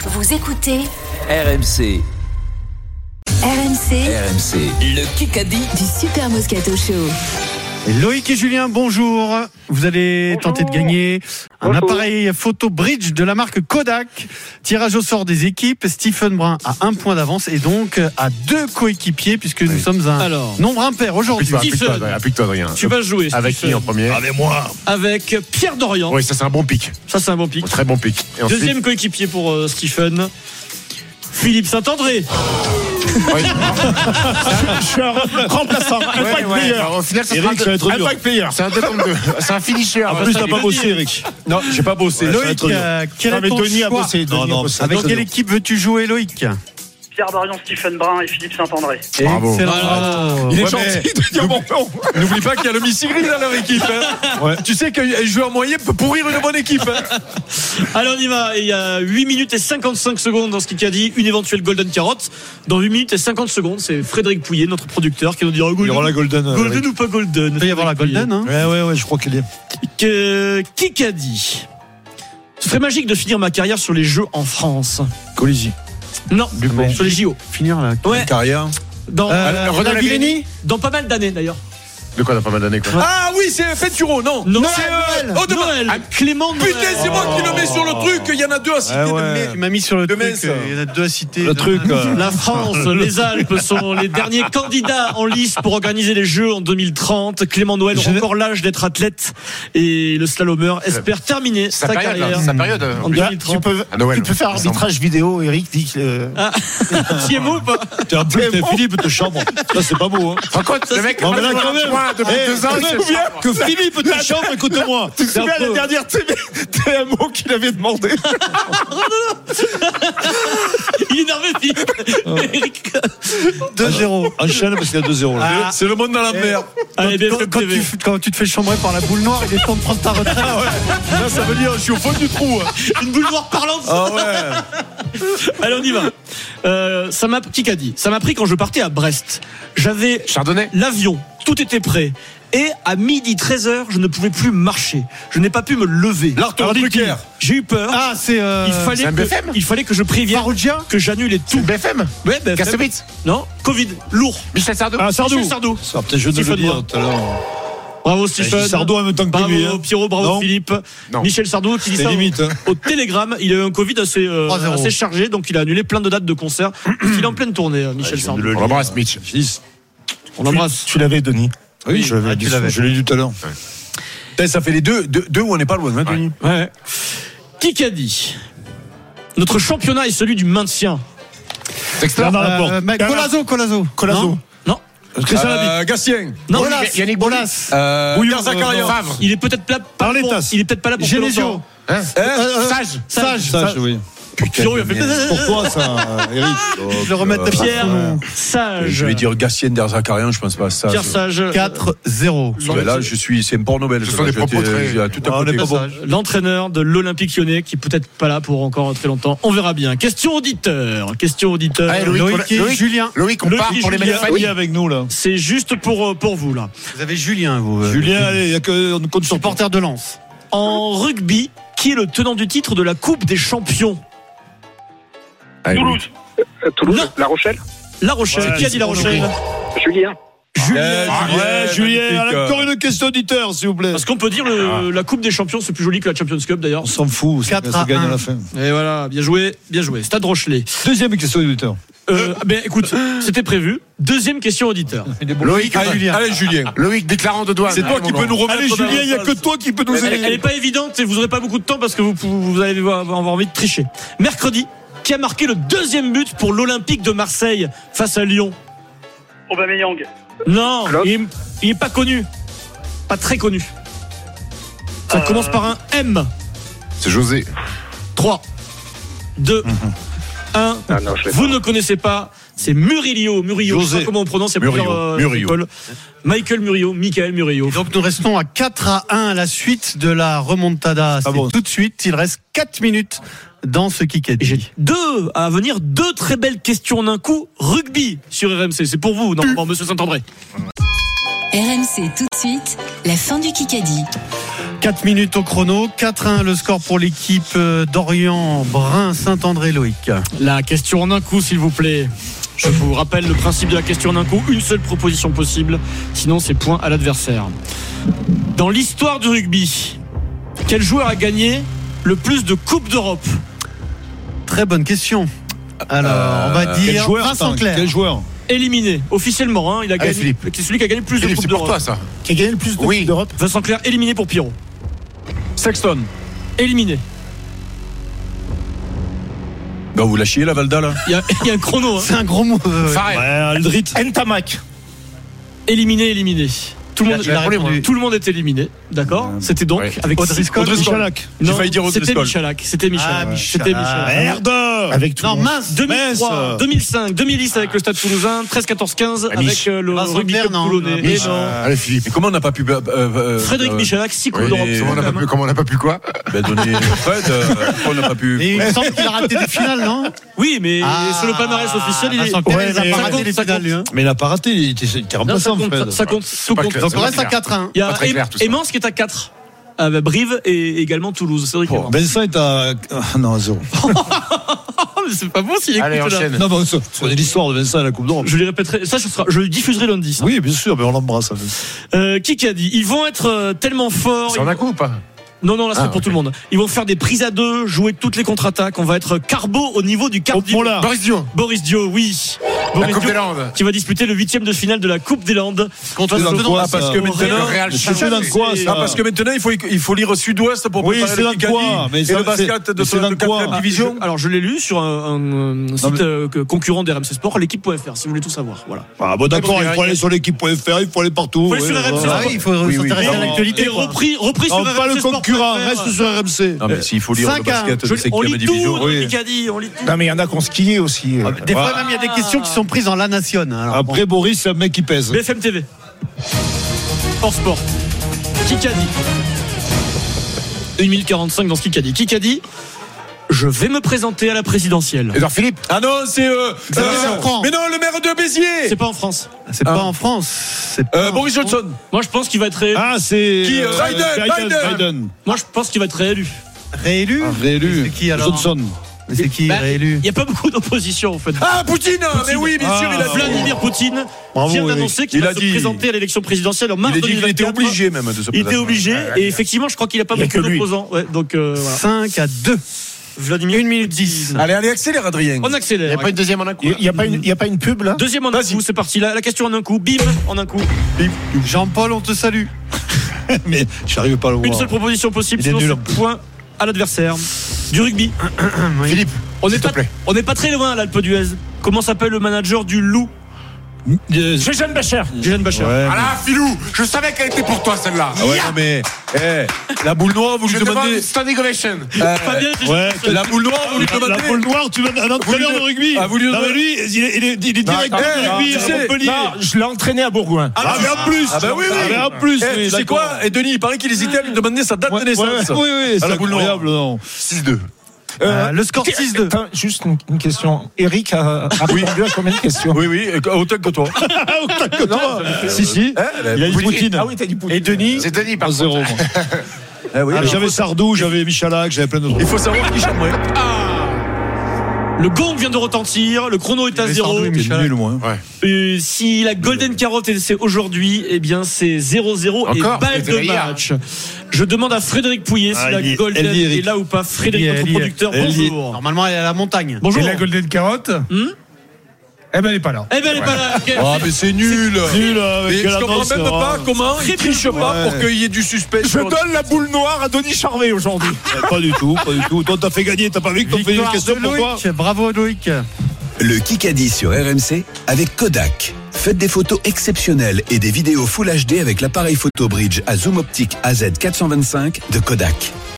Vous écoutez RMC. RMC, Le Kikadi du Super Moscato Show. Loïc et Julien, bonjour. Vous allez tenter de gagner un appareil photo bridge de la marque Kodak. Tirage au sort des équipes. Stephen Brun a 1 point d'avance et donc à 2 coéquipiers puisque nous sommes un nombre impair aujourd'hui. Applique-toi, Adrien. Tu vas jouer. Avec qui en premier? Avec moi. Avec Pierre Dorian. Oui, ça c'est un bon pic. Ça, c'est un bon pic. Très bon pic. Et ensuite, Deuxième coéquipier pour Stephen. Philippe Saint-André. Je suis un remplaçant. Un back player. Au final, ça Eric, ça va être sera dur. un back player. C'est un 2 contre 2. C'est un finisher. En plus, t'as pas bossé, Eric. Non, j'ai pas bossé. Loïc, quel est ton Denis a choix? bossé. Avec quelle équipe veux-tu jouer, Loïc? Pierre Dorian, Stephen Brun et Philippe Saint-André. Bravo. Excellent. Il est Ouais, gentil de dire bon nom. N'oublie pas qu'il y a le Missigri dans leur équipe. Ouais. Tu sais qu'un joueur moyen peut pourrir une bonne équipe. Allez, on y va. Il y a 8 minutes et 55 secondes dans ce qu'il a dit. Une éventuelle Golden Carotte. Dans 8 minutes et 50 secondes, c'est Frédéric Pouillet, notre producteur, qui nous dira Il y aura la Golden. Golden ou pas Golden. Il peut y avoir la Golden, hein? Ouais, je crois qu'il est. Qui a dit ce serait magique de finir ma carrière sur les Jeux en France. Colisi. Non, Dupont. sur les JO. Finir là. Ouais, Carrière. dans Renan Lavillenie. dans pas mal d'années d'ailleurs. De quoi, dans pas mal d'années, quoi. Ah oui, c'est Fenturo, non. Non, C'est Noël. Clément Noël. Putain, c'est moi qui le mets sur le truc. Il y en a 2 à citer. Tu m'as mis sur le De truc. Metz. Il y en a 2 à citer. Le truc. La France, les Alpes sont les derniers candidats en lice pour organiser les Jeux en 2030. Clément Noël a encore l'âge d'être athlète et le slalomeur espère terminer sa carrière Sa période. en 2030. Tu peux faire arbitrage vidéo, Eric dit que. CMO ou pas? T'es un peu Philippe te chambre. Ça, c'est pas beau, hein. Raconte, le mec, Non, mais là, quand même. depuis 2 ans, Tu te souviens que Philippe te chambre, écoute-moi. Tu te souviens la dernière TMO qu'il avait demandé? Il est énervé, Philippe. Eric. 2-0. Enchaîne parce qu'il y a 2-0 là. c'est le monde dans la mer. Allez, BFM TV. Quand tu te fais chambrer par la boule noire, il est temps de prendre ta retraite. Là, ça veut dire, je suis au fond du trou. Une boule noire parlante. Ah ouais. Allez, on y va. Qui a dit ça m'a pris quand je partais à Brest. J'avais Chardonnay. l'avion, tout était prêt. Et à 12h13, je ne pouvais plus marcher. Je n'ai pas pu me lever. L'Arthur Drucker. J'ai eu peur. Ah, c'est. c'est un BFM. Il fallait que je prévienne Farougia que j'annulais tout. BFM. Ouais, BFM. Kassovitz. Non, Covid, lourd. Michel Sardou. Ah, Sardou. Michel Sardou. Ça, peut-être je vais le Stephen dire Brun. tout à l'heure. Bravo J'ai Stephen. Sardou en même temps que Bravo lui. Hein. Pierrot, bravo Non. Philippe. Non. Michel Sardou qui dit C'est ça limite, hein. au Télégramme. Il a eu un Covid assez chargé, donc il a annulé plein de dates de concerts. Il est en pleine tournée, Michel Sardou. On l'embrasse, Mitch. On l'embrasse. Tu l'avais, Denis. Oui, je l'avais tu l'avais. Je l'ai dit tout à l'heure. Ça fait les deux où on n'est pas loin, hein, Denis. Ouais. Qui a dit notre championnat est celui du maintien. Texteur. Colazo. Non. Christian Labitte. Gatien. Non. Yannick Bolas. Bouillard Zakarian. Favre. Il est peut-être pas Arletas. il est peut-être pas là pour Genesio. Sage. Oui. Pierrot, il a fait Pourquoi ça, Eric? Je le remets de Pierre Sage. Je vais dire Gatien Derzakarian, je pense pas à ça. Pierre Sage. 4-0. Là, c'est un port Nobel. Ce sont des propos très. Tout à côté. L'entraîneur de l'Olympique Lyonnais qui peut-être pas là pour encore très longtemps. On verra bien. Question auditeur. Allez, Loïc et Julien. Loïc, on Loïc part et pour les Julien. mettre Oui, avec nous, là. C'est juste pour vous là. Vous avez Julien, vous. Julien, allez, il y a que, on compte sur Supporter de Lens. En rugby, qui est le tenant du titre de la Coupe des Champions? Toulouse. Toulouse. Non. La Rochelle. La Rochelle. Qui a dit La Rochelle? Julien. Julien, encore une question auditeur, s'il vous plaît. Parce qu'on peut dire la Coupe des Champions, c'est plus joli que la Champions Cup d'ailleurs. On s'en fout, ça 4-1. gagne à la fin. Et voilà, bien joué. Stade Rochelet. Deuxième question auditeur. Écoute, c'était prévu. Deuxième question auditeur. Loïc, Julien. allez, Julien. Loïc, déclarant de douane. C'est toi qui peux nous remettre. Allez, Julien, il n'y a que toi qui peux nous Elle aider. n'est pas évidente et vous n'aurez pas beaucoup de temps parce que vous allez avoir envie de tricher. Mercredi, qui a marqué le deuxième but pour l'Olympique de Marseille face à Lyon? Aubameyang. Non, il est pas connu. Pas très connu. Ça commence par un M. C'est José. 3, 2, 1. Non, je l'ai Vous ne connaissez pas. C'est Murillo. Je sais pas comment on prononce. Il y a plusieurs écoles. Michael Murillo. Michael Murillo. Et donc nous restons à 4-1 à la suite de la remontada. C'est tout de suite. Il reste 4 minutes dans ce Kikadi. J'ai à venir, deux très belles questions d'un coup. Rugby sur RMC. C'est pour vous, monsieur Saint-André. RMC tout de suite, la fin du Kikadi. 4 minutes au chrono. 4-1 le score pour l'équipe d'Orient, Brun, Saint-André, Loïc. La question en un coup, s'il vous plaît. Je vous rappelle le principe de la question en un coup. Une seule proposition possible. Sinon, c'est point à l'adversaire. Dans l'histoire du rugby, quel joueur a gagné le plus de Coupes d'Europe? Très bonne question. Alors, on va dire Vincent Clerc. Quel joueur? Éliminé, officiellement. Il a gagné. Philippe. C'est celui qui a gagné le plus de Coupes C'est pour d'Europe. toi, ça. Qui a gagné le plus de Coupes d'Europe? Vincent Clerc, éliminé pour Pierrot. Sexton. Éliminé. Ben vous lâchiez la Valda là. Il y a un chrono. C'est un gros mot. Farrell. Aldrit. Ntamak. Éliminé. Tout le Il a répondu. Tout le monde est éliminé, d'accord. C'était donc Ouais. avec Audrey Scott. Michalak. Non, J'ai failli dire Audrey c'était Scott. Michalak. C'était Michalak. Ah, C'était Michalak. Merde. Avec tout. Non, mince. 2003, 2005, 2010 avec le Stade Toulousain, 13, 14, 15 avec le Vincent rugby Clerc, club non. toulonnais. Et Mich. non. Allez, Philippe. Et comment on n'a pas pu. Frédéric Michalak, 6 Coupes Oui, d'Europe. mais Comment on n'a pas pu quoi? Ben donner Fred, pourquoi on n'a pas pu. Et il me semble qu'il a raté des finales, non? Oui, mais sur le palmarès officiel, il est. Vincent Clerc, Ouais, il a mais pas ça raté compte, les ça finales, compte. lui. Hein. Mais il n'a pas raté, il était Non, ça remplaçant, compte, Fred. ça compte, tout pas compte. clair. Donc on reste à clair. 4-1. Il y a Pas très clair, tout ça. Emans qui est à 4. Brive et également Toulouse. Cédric Emans. Vincent est à. Non, 0. Mais c'est pas bon s'il écoute Allez, là. enchaîne. Non, bon, on connaît l'histoire de Vincent à la Coupe d'Europe. Je lui répéterai. Ça, je le diffuserai lundi. Ça. Oui, bien sûr, mais on l'embrasse. Qui a dit? Ils vont être tellement forts. C'est en un coup ou pas? Non, là c'est Ah, pour ok. tout le monde. Ils vont faire des prises à deux, jouer toutes les contre-attaques. On va être carbo au niveau du cardio. Mola. Boris Dio. Boris Dio, oui. La Boris Coupe Dio, des Landes. qui va disputer le 8e de finale de la Coupe des Landes. Contre C'est dans le quoi, parce ça que Au maintenant. Le Real C'est Challenge. dans quoi, ça? Ah, parce que maintenant il faut lire Sud-Ouest pour Oui, préparer c'est le dans Kikadi quoi? Mais et ça, le basket de c'est dans de quoi? 4e division. Alors je l'ai lu sur un site mais- concurrent d'RMC Sport, l'équipe.fr, si vous voulez tout savoir. Voilà. Ah, bon, d'accord, il y a- il faut aller sur l'équipe.fr, il faut aller partout. Faut aller sur ouais, RMC. voilà. Ah oui, il faut s'intéresser à l'actualité. Et repris sur Non, pas le RMC concurrent, Sport.fr. reste sur RMC. Non, mais s'il faut lire le 5-1. basket de On 5e lit tout division. dans oui. le Kikadi, on lit tout. Non, mais il y en a qui ont skié aussi. Des fois, même, il y a des questions qui sont prises en La Nation. Alors, Après, Boris, c'est un mec qui pèse. BFM TV. Hors sport. Kikadi. 1 minute 45 dans ce Kikadi. Kikadi. Je vais me présenter à la présidentielle. Edouard Philippe. Ah non, c'est. Bertrand. Mais non, le maire de Béziers. C'est pas en France. c'est pas en France. C'est pas Boris en France. Johnson. Moi, je pense qu'il va être réélu. Ah, c'est. Qui, Biden. Moi, je pense qu'il va être réélu. Réélu. Réélu. C'est qui alors? Johnson. Mais c'est qui Bah, réélu? Il n'y a pas beaucoup d'opposition, en fait. Ah, Poutine. Mais oui, bien sûr, il a dit. Vladimir Poutine Bravo, vient oui. d'annoncer qu'il Il va a se dit- présenter à l'élection présidentielle en mars Il a dit qu'il 2024. était obligé même de se Il était présenter. obligé, et effectivement, je crois qu'il n'a pas Il y a beaucoup que lui. d'opposants. Ouais, donc, voilà. 5-2. Vladimir 1 minute 10. Allez, accélère, Adrien. On Il n'y accélère. a pas une deuxième en un coup. Il n'y a pas une pub là? Deuxième en un Vas-y. coup, c'est parti. La question en un coup. Bim, en un coup. Jean-Paul, on te salue. Mais j'arrive pas à le voir. Une seule proposition possible, Il est sinon nul en c'est plus. point à l'adversaire. Du rugby. Philippe. On n'est S'il te pas, plaît. on n'est pas très loin à l'Alpe d'Huez. Comment s'appelle le manager du Loup? Jeanne Bachar. Gilles Bachar. Ouais. Ah là, Philou, je savais qu'elle était pour toi celle-là. Ah ouais, non, mais. La boule noire, vous Je lui demande demandez. une standing ovation. Fabien, Ouais, La boule noire, vous lui La demandez. boule noire, tu veux un entraîneur de rugby. Ah, vous lui Non, demandez- mais lui, il est directeur de rugby tu à sais, Montpellier. Non, je l'ai entraîné à Bourgoin. Ah, mais en plus. Ah, bah oui, oui. Ah, mais en plus, Eh, oui, tu sais d'accord. quoi? Et Denis, il paraît qu'il hésitait à lui demander sa date de naissance. Oui, oui, c'est la boule noire. incroyable, non. 6-2. Le score 6-2. Attends, juste une question. Eric a répondu à combien de questions? Oui, oui, autant que toi. Autant que toi. Si, si. Il a dit Poutine. Ah oui, t'as dit Poutine. Et Denis? C'est Denis par 0. contre. Eh oui, J'avais Sardou, j'avais Michalak, j'avais plein d'autres. il faut savoir qui chambrait. Le gong vient de retentir, le chrono est à avait 0. Sardou et C'est nul, moi. Si la Golden Carotte c'est aujourd'hui, eh bien c'est 0-0 et Encore balle de C'était hier. match. Je demande à Frédéric Pouillet si Ah, la elle y est, Golden elle y est, Eric. est là ou pas. Frédéric, Elle y est, notre elle y est. producteur, Elle y est. bonjour. Normalement, elle est à la montagne. Bonjour. Golden Carotte? Eh ben, elle n'est pas là. Eh ben elle est pas là. Ok. Ah, mais c'est nul. Nul, avec Et je la comprends danse, même pas comment il triche pas pour qu'il y ait du suspense. Je donne la boule noire à Denis Charvet aujourd'hui. Pas du tout, pas du tout. Toi, t'as fait gagner, t'as pas vu que t'as fait une Victoire question de pour toi? Loïc. Bravo Loïc. Le Kikadi sur RMC avec Kodak. Faites des photos exceptionnelles et des vidéos Full HD avec l'appareil photo bridge à zoom optique AZ425 de Kodak.